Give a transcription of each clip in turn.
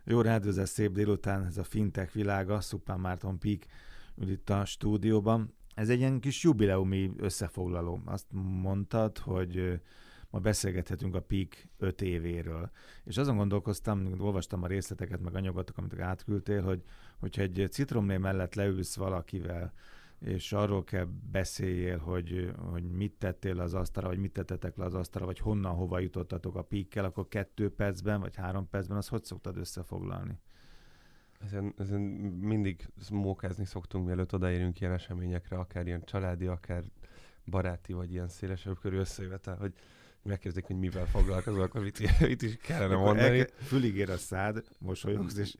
Jó rádiózás, szép délután, ez a fintech világa, Szupán Márton Peak ül itt a stúdióban. Ez egy ilyen kis jubileumi összefoglaló. Azt mondtad, hogy ma beszélgethetünk a Peak 5 évéről. És azon gondolkoztam, olvastam a részleteket, meg anyagokat, amit átküldtél, hogyha egy citromlé mellett leülsz valakivel, és arról kell beszéljél, hogy mit tettél az asztalra, vagy mit tettetek le az asztalra, vagy honnan, hova jutottatok a Peakkel, akkor 2 percben, vagy 3 percben, azt hogy szoktad összefoglalni? Ezen mindig mókázni szoktunk, mielőtt odaérünk ilyen eseményekre, akár ilyen családi, akár baráti, vagy ilyen szélesebb körű összejövetel, hogy megkérdezik, hogy mivel foglalkozol, akkor mit is kellene mondani. Fülig ér a szád, mosolyogsz, és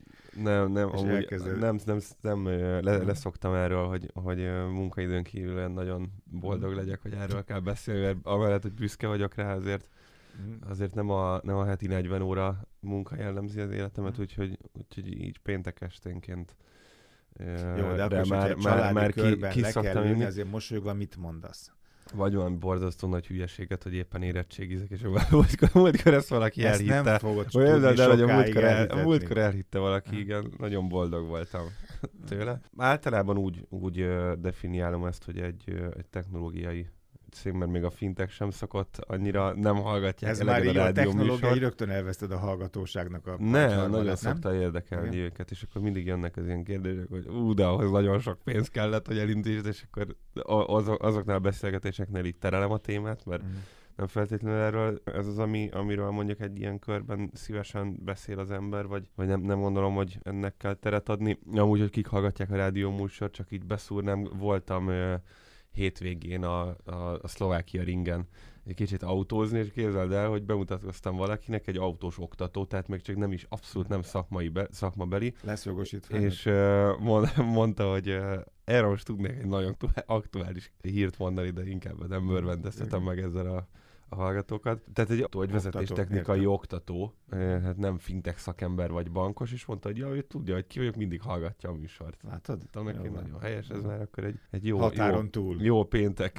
nem leszoktam erről, hogy munkaidőn kívül nagyon boldog legyek, hogy erről kell beszélni, mert amellett, hogy büszke vagyok rá, azért nem a heti 40 óra munka jellemzi az életemet, úgyhogy így péntek esténként jó, de akkor már körben le kell ülni, azért mosolyogva mit mondasz? Vagy olyan borzasztó nagy hülyeséget, hogy éppen érettségizek, és múltkor ezt valaki elhitte. Ezt nem fogod tudni sokáig elhitetni. Múltkor elhitte valaki, igen, nagyon boldog voltam tőle. Általában úgy definiálom ezt, hogy egy technológiai cég, mert még a fintech sem szokott, annyira nem hallgatják. Ez már így a technológiai, rögtön elveszted a hallgatóságának a nagyon szokta érdekelni őket, és akkor mindig jönnek az ilyen kérdések, hogy de ahhoz nagyon sok pénz kellett, hogy elindítsd, és akkor azoknál a beszélgetéseknél így terelem a témát, mert nem feltétlenül erről. Ez az, amiről mondjuk egy ilyen körben szívesen beszél az ember, vagy nem gondolom, hogy ennek kell teret adni. Amúgy, hogy kik hallgatják a rádióműsort, csak így beszúrnám, voltam hétvégén a Szlovákia ringen egy kicsit autózni, és képzeld el, hogy bemutatkoztam valakinek, egy autós oktató, tehát még csak nem is abszolút nem szakmabeli. Lesz jogosítva. És mondta, hogy erről most tudnék egy nagyon aktuális hírt mondani, de inkább nem örvendeztetem meg ezzel a hallgatókat. Tehát egy vezetéstechnikai oktató, hát nem fintech szakember vagy bankos, és mondta, hogy ő tudja, hogy ki vagyok, mindig hallgatja a műsort. Látod? Annak nagyon helyes, ez már akkor egy jó péntek,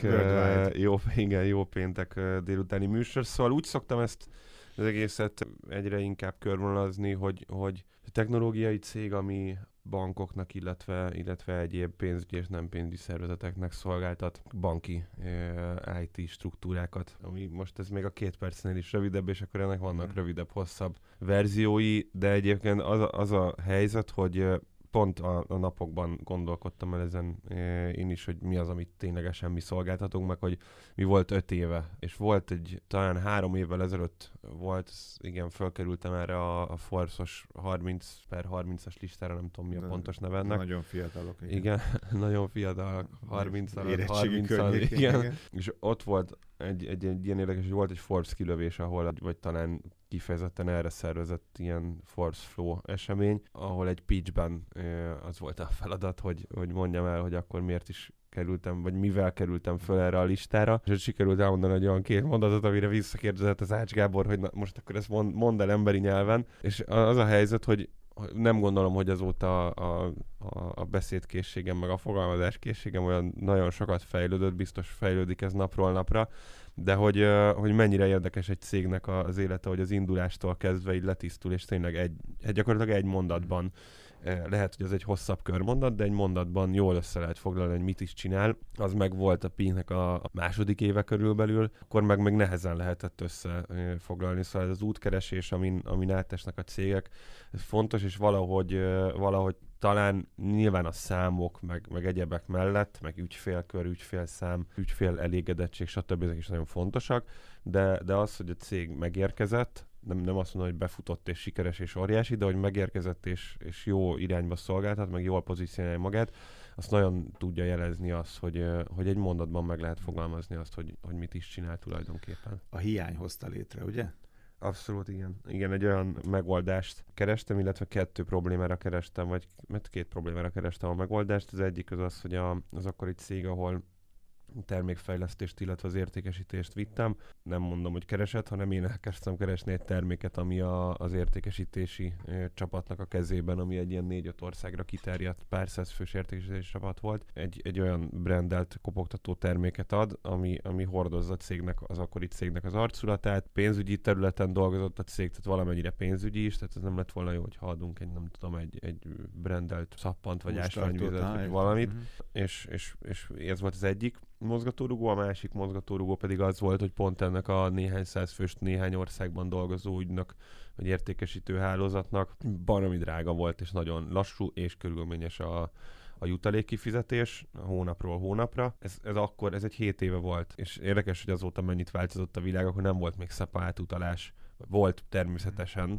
jó péntek délutáni műsor. Szóval úgy szoktam ezt az egészet egyre inkább körvonalazni, hogy a technológiai cég, ami bankoknak, illetve egyéb pénzügyi és nem pénzügyi szervezeteknek szolgáltat banki IT struktúrákat, ami most ez még a 2 percnél is rövidebb, és akkor ennek vannak rövidebb, hosszabb verziói, de egyébként az a helyzet, hogy pont a napokban gondolkodtam el ezen én is, hogy mi az, amit ténylegesen mi szolgáltatunk, meg hogy mi volt 5 éve. És volt talán 3 évvel ezelőtt volt, igen, fölkerültem erre a Forbes-os 30/30-as listára, nem tudom mi a pontos neve ennek. Nagyon fiatalok. Igen, nagyon fiatalok, 30-al, igen. És ott volt egy ilyen érdekes, hogy volt egy Forbes kilövés, ahol, vagy talán kifejezetten erre szervezett ilyen Forbes Flow esemény, ahol egy pitchben az volt a feladat, hogy mondjam el, hogy akkor miért is kerültem, vagy mivel kerültem föl erre a listára, és sikerült elmondani egy olyan 2 mondatot, amire visszakérdezett az Ács Gábor, hogy most akkor ezt mondd el emberi nyelven, és az a helyzet, hogy nem gondolom, hogy azóta a beszédkészségem, meg a fogalmazáskészségem olyan nagyon sokat fejlődött, biztos fejlődik ez napról napra, de hogy mennyire érdekes egy cégnek az élete, hogy az indulástól kezdve így letisztul, és tényleg gyakorlatilag egy mondatban, lehet, hogy ez egy hosszabb körmondat, de egy mondatban jól össze lehet foglalni, hogy mit is csinál. Az meg volt a Peaknek a második éve körülbelül, akkor meg még nehezen lehetett összefoglalni. Szóval ez az útkeresés, amin átesnek a cégek, ez fontos, és valahogy talán nyilván a számok, meg egyebek mellett, meg ügyfélkör, ügyfélszám, ügyfél elégedettség, stb. Ezek is nagyon fontosak, de az, hogy a cég megérkezett, nem azt mondom, hogy befutott és sikeres és óriási, de hogy megérkezett és jó irányba szolgáltat, meg jól pozícionálja magát, azt nagyon tudja jelezni azt, hogy egy mondatban meg lehet fogalmazni azt, hogy mit is csinál tulajdonképpen. A hiány hozta létre, ugye? Abszolút, igen. Igen, egy olyan megoldást kerestem, illetve 2 problémára kerestem, vagy 2 problémára kerestem a megoldást. Az egyik az, hogy az akkori cég, ahol termékfejlesztést, illetve az értékesítést vittem. Nem mondom, hogy keresett, hanem én elkezdtem keresni egy terméket, ami az értékesítési csapatnak a kezében, ami egy ilyen 4-5 országra kiterjedt pár százfős értékesítési csapat volt. Egy olyan brandelt kopogtató terméket ad, ami hordozza a cégnek, az akkori cégnek az arculatát. Pénzügyi területen dolgozott a cég, tehát valamennyire pénzügyi is, tehát ez nem lett volna jó, hogyha adunk egy brandelt szappant, vagy ásványvizet, vagy valamit. És ez volt az egyik mozgatórugó, a másik mozgatórugó pedig az volt, hogy pont ennek a néhány százfős, néhány országban dolgozó ügynek, vagy értékesítő hálózatnak baromi drága volt, és nagyon lassú, és körülményes a jutalékkifizetés hónapról hónapra. Ez egy 7 éve volt, és érdekes, hogy azóta mennyit változott a világ, akkor nem volt még SEPA átutalás. Volt természetesen,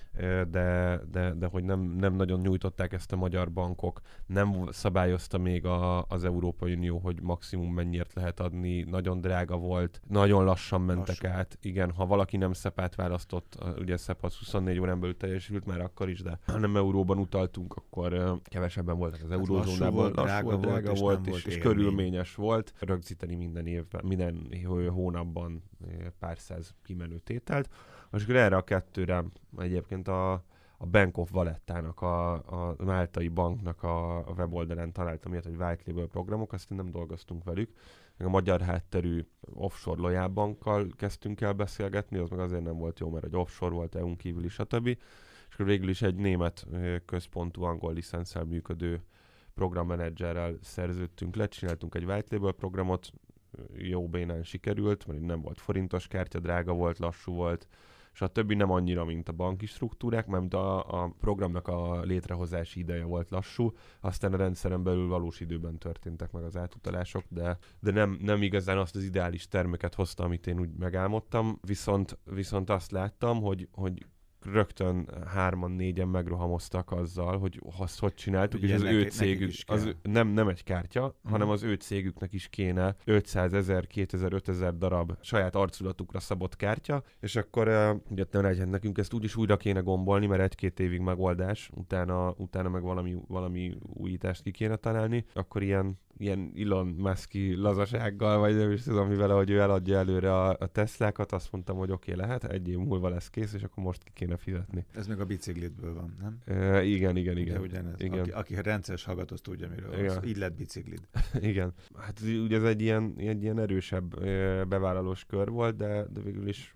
de hogy nem nagyon nyújtották ezt a magyar bankok, nem szabályozta még az Európai Unió, hogy maximum mennyiért lehet adni, nagyon drága volt, nagyon lassan mentek át. Igen, ha valaki nem SEPA-t választott, ugye SEPA az 24 órán belül teljesült már akkor is, de ha nem euróban utaltunk, akkor kevesebben voltak az eurózónában. Drága volt és körülményes volt. Rögzíteni minden évben, minden hónapban pár száz kimenő tételt. És akkor erre a kettőre egyébként a Bank of Vallettának, a máltai banknak a weboldalán találtam ilyet, hogy White Label programok, aztán nem dolgoztunk velük. Meg a magyar hátterű offshore Loyal bankkal kezdtünk el beszélgetni, az meg azért nem volt jó, mert egy offshore volt, EU-n kívül is, stb. És akkor végül is egy német központú angol licenszel működő programmenedzserrel szerződtünk le, csináltunk egy White Label programot, jó bénán sikerült, mert nem volt forintos kártya, drága volt, lassú volt, és a többi nem annyira, mint a banki struktúrák, mert a programnak a létrehozási ideje volt lassú, aztán a rendszeren belül valós időben történtek meg az átutalások, de nem igazán azt az ideális terméket hozta, amit én úgy megálmodtam, viszont azt láttam, hogy rögtön 3-4-en megrohamoztak azzal, hogy azt hogy csináltuk, és az ő cégük, nem egy kártya, hanem az ő cégüknek is kéne 500 000, 2000, 5000 darab saját arculatukra szabott kártya, és akkor ugye ne legyen nekünk ezt úgyis újra kéne gombolni, mert 1-2 évig megoldás, utána meg valami újítást ki kéne találni, akkor ilyen Elon Musk-i lazasággal, vagy nem is tudom mivel, hogy ő eladja előre a Teslákat, azt mondtam, hogy oké, lehet, 1 év múlva lesz kész, és akkor most ki kéne fizetni. Ez még a biciklitből van, nem? Igen. Ugyanez. Igen. Aki rendszeres hallgató, tudja, miről van. Így lett biciklid. Igen. Hát ugye ez egy ilyen erősebb bevállalós kör volt, de végül is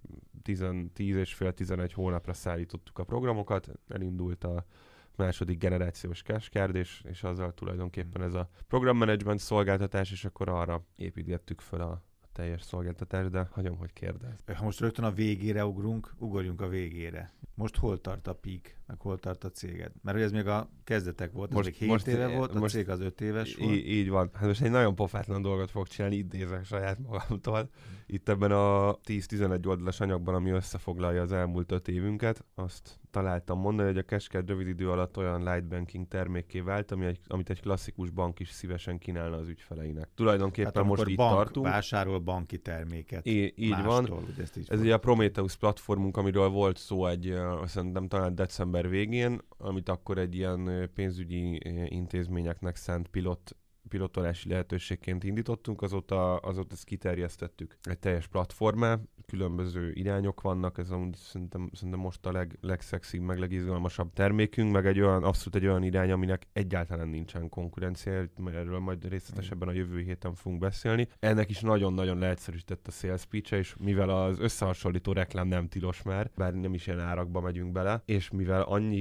10,5-11 hónapra szállítottuk a programokat, elindult a második generációs Cashcard, és azzal tulajdonképpen ez a programmanagement szolgáltatás, és akkor arra építgettük fel a teljes szolgáltatást, de hagyom, hogy kérdez. Ha most rögtön a végére ugorjunk a végére. Most hol tart a Peak, meg hol tart a céged? Mert ugye ez még a kezdetek volt, ez még 7 éve volt, a cég az 5 éves volt. Így van. Hát most egy nagyon pofátlan dolgot fogok csinálni, idézek saját magamtól. Itt ebben a 10-11 oldalas anyagban, ami összefoglalja az elmúlt 5 évünket, azt találtam mondani, hogy a Cashcard rövid idő alatt olyan light banking termékké vált, amit egy klasszikus bank is szívesen kínálna az ügyfeleinek. Tulajdonképpen hát most itt tartunk. Vásárol banki terméket. Így mástól, van. Ugye ez ugye a Prometheus platformunk, amiről volt szó szerintem talán december végén, amit akkor egy ilyen pénzügyi intézményeknek szánt pilotolási lehetőségként indítottunk, azóta ezt kiterjesztettük egy teljes platformá, különböző irányok vannak, ez szerintem most a legszexibb, meg legizgalmasabb termékünk, meg abszolút egy olyan irány, aminek egyáltalán nincsen konkurencia, erről majd részletesebben a jövő héten fogunk beszélni. Ennek is nagyon-nagyon leegyszerűsített a sales pitch-e, és mivel az összehasonlító reklám nem tilos már, bár nem is ilyen árakba megyünk bele, és mivel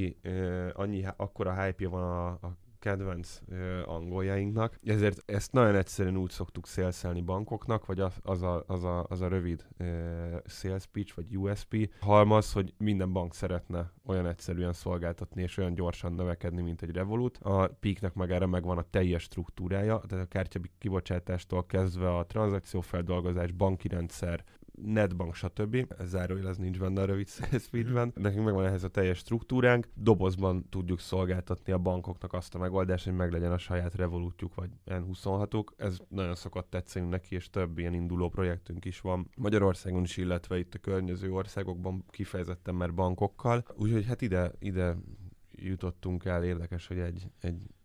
akkora hype-ja van a kedvenc angoljainknak. Ezért ezt nagyon egyszerűen úgy szoktuk szélszelni bankoknak, vagy az a rövid sales pitch, vagy USP halmaz, hogy minden bank szeretne olyan egyszerűen szolgáltatni, és olyan gyorsan növekedni, mint egy Revolut. A Peaknek meg erre megvan a teljes struktúrája, tehát a kártya kibocsátástól kezdve a tranzakciófeldolgozás, banki rendszer, netbank, stb. Ez zárójel, ez nincs benne a rövid speedben. Nekünk megvan ehhez a teljes struktúránk. Dobozban tudjuk szolgáltatni a bankoknak azt a megoldást, hogy meglegyen a saját Revolutjuk vagy N26-uk. Ez nagyon szokott tetszeni neki, és több ilyen induló projektünk is van Magyarországon is, illetve itt a környező országokban kifejezetten már bankokkal. Úgyhogy hát ide jutottunk el. Érdekes, hogy egy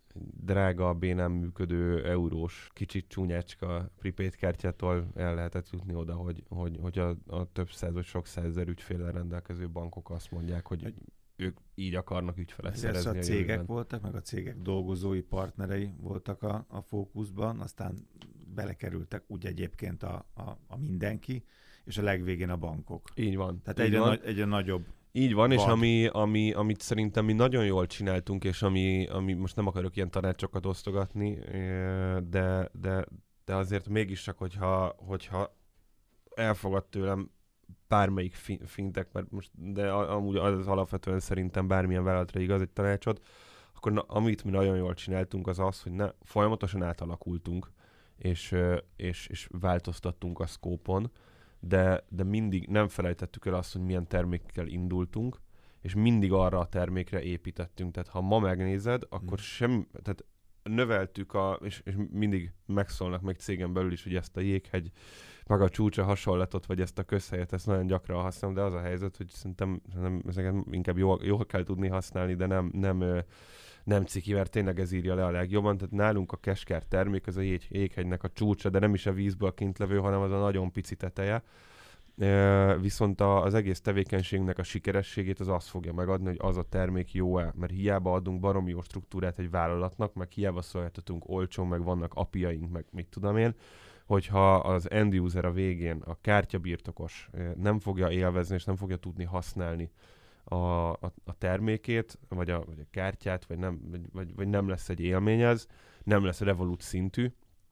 drágabbé nem működő eurós, kicsit csúnyácska prepaid kártyától el lehetett jutni oda, hogy a több száz vagy sok százezer ügyféllel rendelkező bankok azt mondják, hogy ők így akarnak ügyfelet szerezni. A cégek voltak, meg a cégek dolgozói, partnerei voltak a fókuszban, aztán belekerültek úgy egyébként a mindenki, és a legvégén a bankok. Így van. Tehát egyre nagyobb. Így van, és amit szerintem mi nagyon jól csináltunk, és ami most nem akarok ilyen tanácsokat osztogatni, de azért mégis csak, hogyha elfogad tőlem bármelyik fintek, mert most, de amúgy az alapvetően szerintem bármilyen vállalatra igaz egy tanácsot, akkor amit mi nagyon jól csináltunk, az, hogy folyamatosan átalakultunk, és változtattunk a szkópon, de mindig nem felejtettük el azt, hogy milyen termékkel indultunk, és mindig arra a termékre építettünk. Tehát ha ma megnézed, akkor tehát növeltük, és mindig megszólnak meg cégen belül is, hogy ezt a jéghegy, meg a csúcsa hasonlatot, vagy ezt a közhelyet, ezt nagyon gyakran használom, de az a helyzet, hogy szerintem ezeket inkább jól kell tudni használni, de nem ciki, mert tényleg ez írja le a legjobban. Tehát nálunk a keskár termék, az a jéghegynek a csúcsa, de nem is a vízből kint levő, hanem az a nagyon pici teteje. Viszont az egész tevékenységnek a sikerességét az azt fogja megadni, hogy az a termék jó-e, mert hiába adunk baromi jó struktúrát egy vállalatnak, meg hiába szolgáltatunk olcsón, meg vannak API-aink, meg mit tudom én, hogyha az end user a végén, a kártyabirtokos nem fogja élvezni, és nem fogja tudni használni a termékét, vagy a kártyát, vagy nem lesz egy élmény ez, nem lesz Revolut szintű,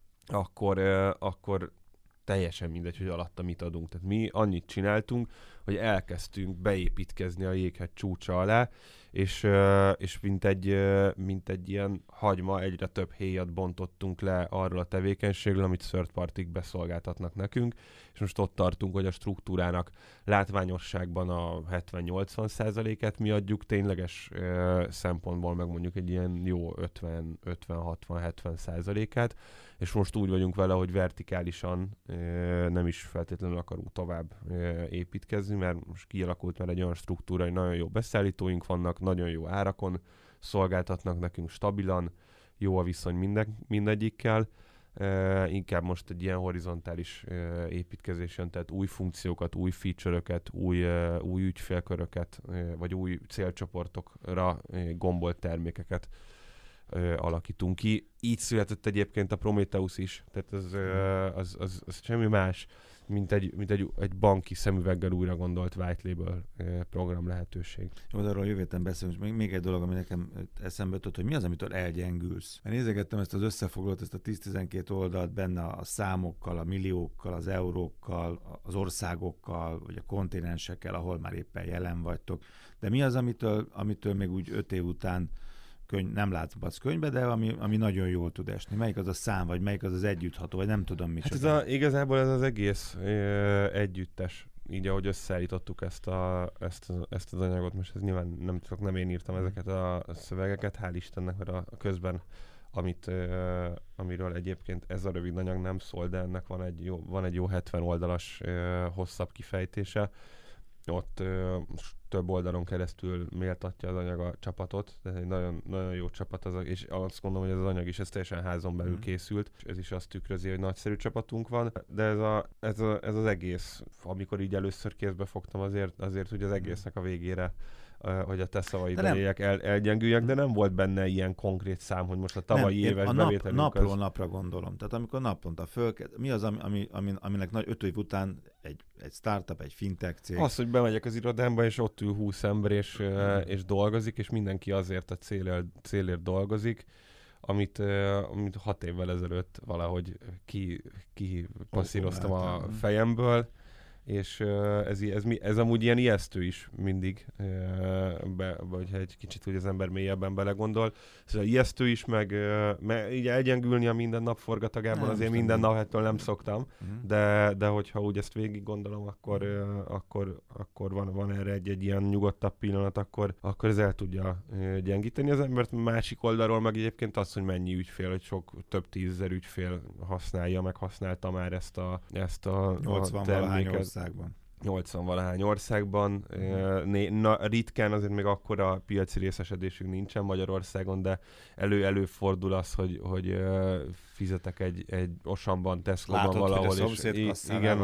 akkor teljesen mindegy, hogy alatta mit adunk. Tehát mi annyit csináltunk, hogy elkezdtünk beépítkezni a jéghegy csúcsa alá, és mint egy ilyen hagyma egyre több héjat bontottunk le arról a tevékenységről, amit third partik beszolgáltatnak nekünk, és most ott tartunk, hogy a struktúrának látványosságban a 70-80%-át mi adjuk, tényleges szempontból meg mondjuk egy ilyen jó 50-60-70%-át, és most úgy vagyunk vele, hogy vertikálisan nem is feltétlenül akarunk tovább építkezni, mert most kialakult már egy olyan struktúra, hogy nagyon jó beszállítóink vannak, nagyon jó árakon szolgáltatnak nekünk stabilan, jó a viszony mindegyikkel. Inkább most egy ilyen horizontális építkezés jön, tehát új funkciókat, új feature-öket, új ügyfélköröket, vagy új célcsoportokra gombolt termékeket alakítunk ki. Így született egyébként a Prometheus is, tehát az semmi más, mint egy banki szemüveggel újra gondolt white label program lehetőség. Jó, arról jövő héten beszélünk, és még egy dolog, ami nekem eszembe jutott, hogy mi az, amitől elgyengülsz. Mert nézegettem ezt az összefoglalót, ezt a 10-12 oldalt benne a számokkal, a milliókkal, az eurókkal, az országokkal, vagy a kontinensekkel, ahol már éppen jelen vagytok. De mi az, amitől még úgy 5 év után nem látsz könyvbe, de ami nagyon jól tud esni. Melyik az a szám, vagy melyik az együttható, vagy nem tudom mit. Hát igazából ez az egész együttes, így ahogy összeállítottuk ezt az anyagot, most ez nyilván nem én írtam ezeket a szövegeket, hál' Istennek, mert a közben, amiről egyébként ez a rövid anyag nem szól, de ennek van egy jó 70 oldalas hosszabb kifejtése. Ott több oldalon keresztül méltatja az anyag a csapatot, ez egy nagyon, nagyon jó csapat, és azt gondolom, hogy ez az anyag is ez teljesen házon belül készült, és ez is azt tükrözi, hogy nagyszerű csapatunk van, de ez az egész, amikor így először kézbe fogtam, azért hogy az egésznek a végére, hogy a te szavaidban éljek, elgyengüljek, de nem volt benne ilyen konkrét szám, hogy most a tavalyi éves bevételünk napról napra gondolom. Tehát amikor naponta mi az, aminek nagy 5 év után egy startup, egy fintech cég. Az, hogy bemegyek az irodámba, és ott ül 20 ember, és dolgozik, és mindenki azért a célért dolgozik, amit 6 évvel ezelőtt valahogy kipasszíroztam a fejemből, és ez amúgy ilyen ijesztő is mindig, hogyha egy kicsit úgy az ember mélyebben belegondol. Szóval ijesztő is, meg így elgyengülni a minden nap forgatagában, azért minden nap ettől nem szoktam, de hogyha úgy ezt végig gondolom, akkor van erre egy ilyen nyugodtabb pillanat, akkor ez el tudja gyengíteni az embert. Másik oldalról meg egyébként az, hogy mennyi ügyfél, hogy több tízezer ügyfél használja, meg használta már ezt a 80 terméket. Országban. 80-valahány országban. Ritkán azért még akkora piaci részesedésünk nincsen Magyarországon, de előfordul az, hogy fizetek egy Osamban, Tesco-ban látod, valahol. Hogy a igen,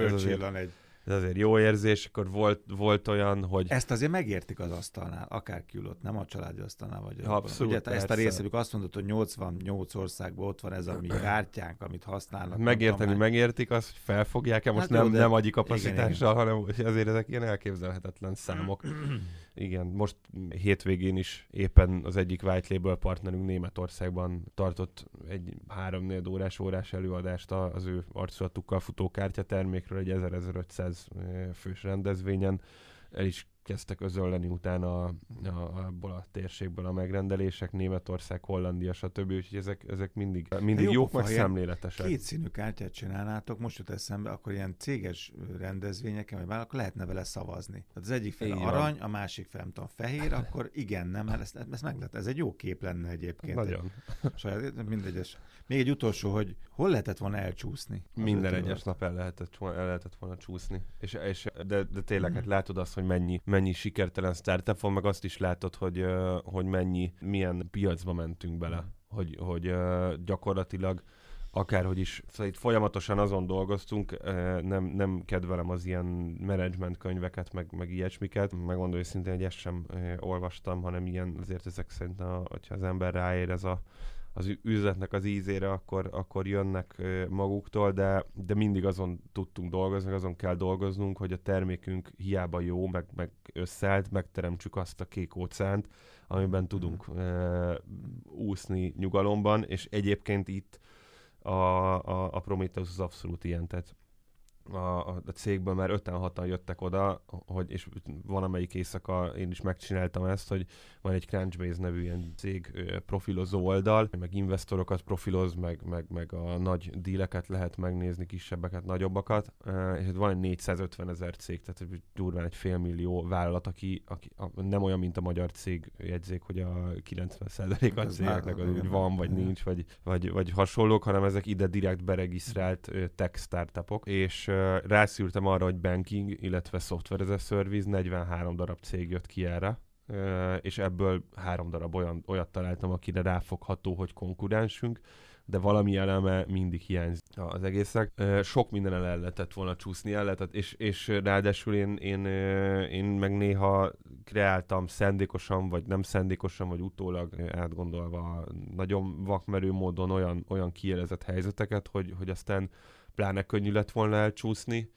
ez azért jó érzés, akkor volt olyan, hogy... Ezt azért megértik az asztalnál, akár külött, nem a családi asztalnál vagy. Abszolút, ugye, ezt a részébük azt mondod, hogy 88 országban ott van ez a mi kártyánk, amit használnak. Megértik azt, hogy felfogják-e, most nem agyi kapacitással, hanem azért ezek ilyen elképzelhetetlen számok. Igen, most hétvégén is éppen az egyik white label partnerünk Németországban tartott egy 3-4 órás előadást az ő arculatukkal futó kártyatermékről egy 1000-1500 fős rendezvényen. El is kezdtek özölleni utána abból a térségből a megrendelések, Németország, Hollandia, stb. Úgyhogy ezek mindig jók, meg szemléletesek. Kétszínű kártyát csinálnátok, most jut eszembe, akkor ilyen céges rendezvényeken, vagy akkor lehetne vele szavazni. Tehát az egyik fel arany, a másik fel, nem tudom, fehér, akkor igen, nem, ezt meg lehet. Ez egy jó kép lenne egyébként. Nagyon. Mindegyes. Még egy utolsó, hogy hol lehetett volna elcsúszni? Minden egyes nap el lehetett volna csúszni. De tényleg, hát látod azt, hogy mennyi sikertelen startup van, meg azt is látod, hogy milyen piacba mentünk bele. Hogy gyakorlatilag akárhogy is, szóval itt folyamatosan azon dolgoztunk, nem kedvelem az ilyen management könyveket, meg ilyesmiket. Megmondom őszintén, hogy ezt sem olvastam, hanem ilyen, azért ezek szerint, hogyha az ember ráér az üzletnek az ízére, akkor jönnek maguktól, de mindig azon tudtunk dolgozni, azon kell dolgoznunk, hogy a termékünk hiába jó, meg összeállt, megteremtsük azt a kék óceánt, amiben tudunk úszni nyugalomban, és egyébként itt a Prometheus az abszolút ilyen, tehát a cégből már 5-6-an jöttek oda, és van amelyik éjszaka én is megcsináltam ezt, hogy van egy Crunchbase nevű ilyen cég profilozó oldal, meg investorok profiloz, meg a nagy díleket lehet megnézni, kisebbeket, nagyobbakat, és van egy 450 000 cég, tehát durván egy 500 000 vállalat, aki nem olyan, mint a magyar cég jegyzék, hogy a 90% a cégeknek az úgy van, vagy nincs, vagy hasonlók, hanem ezek ide direkt beregisztrált tech startupok, és rászűrtem arra, hogy banking, illetve software as a service, 43 darab cég jött ki erre, és ebből 3 darab olyat találtam, akire ráfogható, hogy konkurensünk, de valami eleme mindig hiányzik az egésznek. Sok mindenen el lehetett volna csúszni, és ráadásul én meg néha kreáltam szándékosan, vagy nem szándékosan, vagy utólag átgondolva nagyon vakmerő módon olyan kiélezett helyzeteket, hogy aztán pláne könnyű lett volna elcsúszni,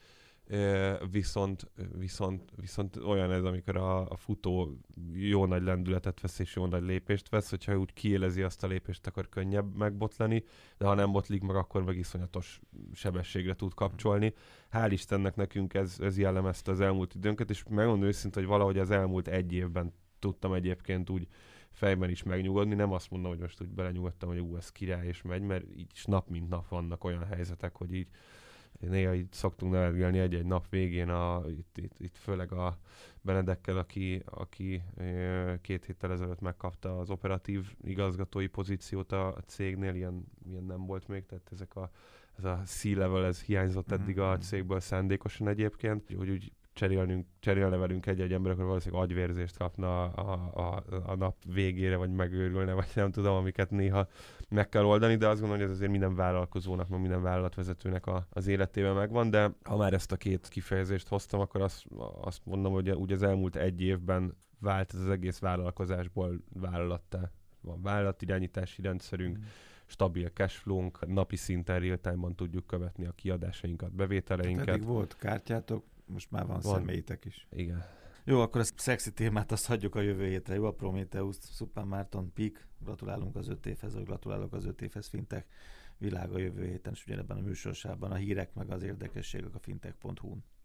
viszont olyan ez, amikor a futó jó nagy lendületet vesz és jó nagy lépést vesz, hogyha úgy kiélezi azt a lépést, akkor könnyebb megbotlani, de ha nem botlik meg, akkor meg iszonyatos sebességre tud kapcsolni. Hál' Istennek nekünk ez jellemezte az elmúlt időnket, és megmondom őszintén, hogy valahogy az elmúlt 1 évben tudtam egyébként úgy fejben is megnyugodni. Nem azt mondom, hogy most úgy belenyugodtam, hogy ez király és megy, mert így is nap mint nap vannak olyan helyzetek, hogy így néha így szoktunk nevetgélni egy-egy nap végén, itt főleg a Benedekkel, aki 2 héttel ezelőtt megkapta az operatív igazgatói pozíciót a cégnél, ilyen nem volt még, tehát ez a C-level, ez hiányzott eddig a cégből szándékosan egyébként, hogy úgy cserélne velünk egy ember, akkor valószínűleg agyvérzést kapna a nap végére, vagy megőrülne, vagy nem tudom, amiket néha meg kell oldani, de azt gondolom, hogy ez azért minden vállalkozónak, meg minden vállalatvezetőnek az életében megvan, de ha már ezt a 2 kifejezést hoztam, akkor azt mondom, hogy úgy az elmúlt 1 évben vált ez az egész vállalkozásból vállalattá. Van vállalatirányítási rendszerünk, stabil cashflow-nk, napi szinten real-time-ban tudjuk követni a kiadásainkat, bevételeinket. Eddig volt kártyátok, most már van személyitek is. Igen. Jó, akkor ezt a szexi témát azt hagyjuk a jövő hétre. Jó, a Prometheus, Szupán Márton, Peak. Gratulálunk az 5 évhez, vagy gratulálok az 5 évhez Fintech világ a jövő héten, és ugyanebben a műsorsában a hírek meg az érdekességek a fintech.hu-n.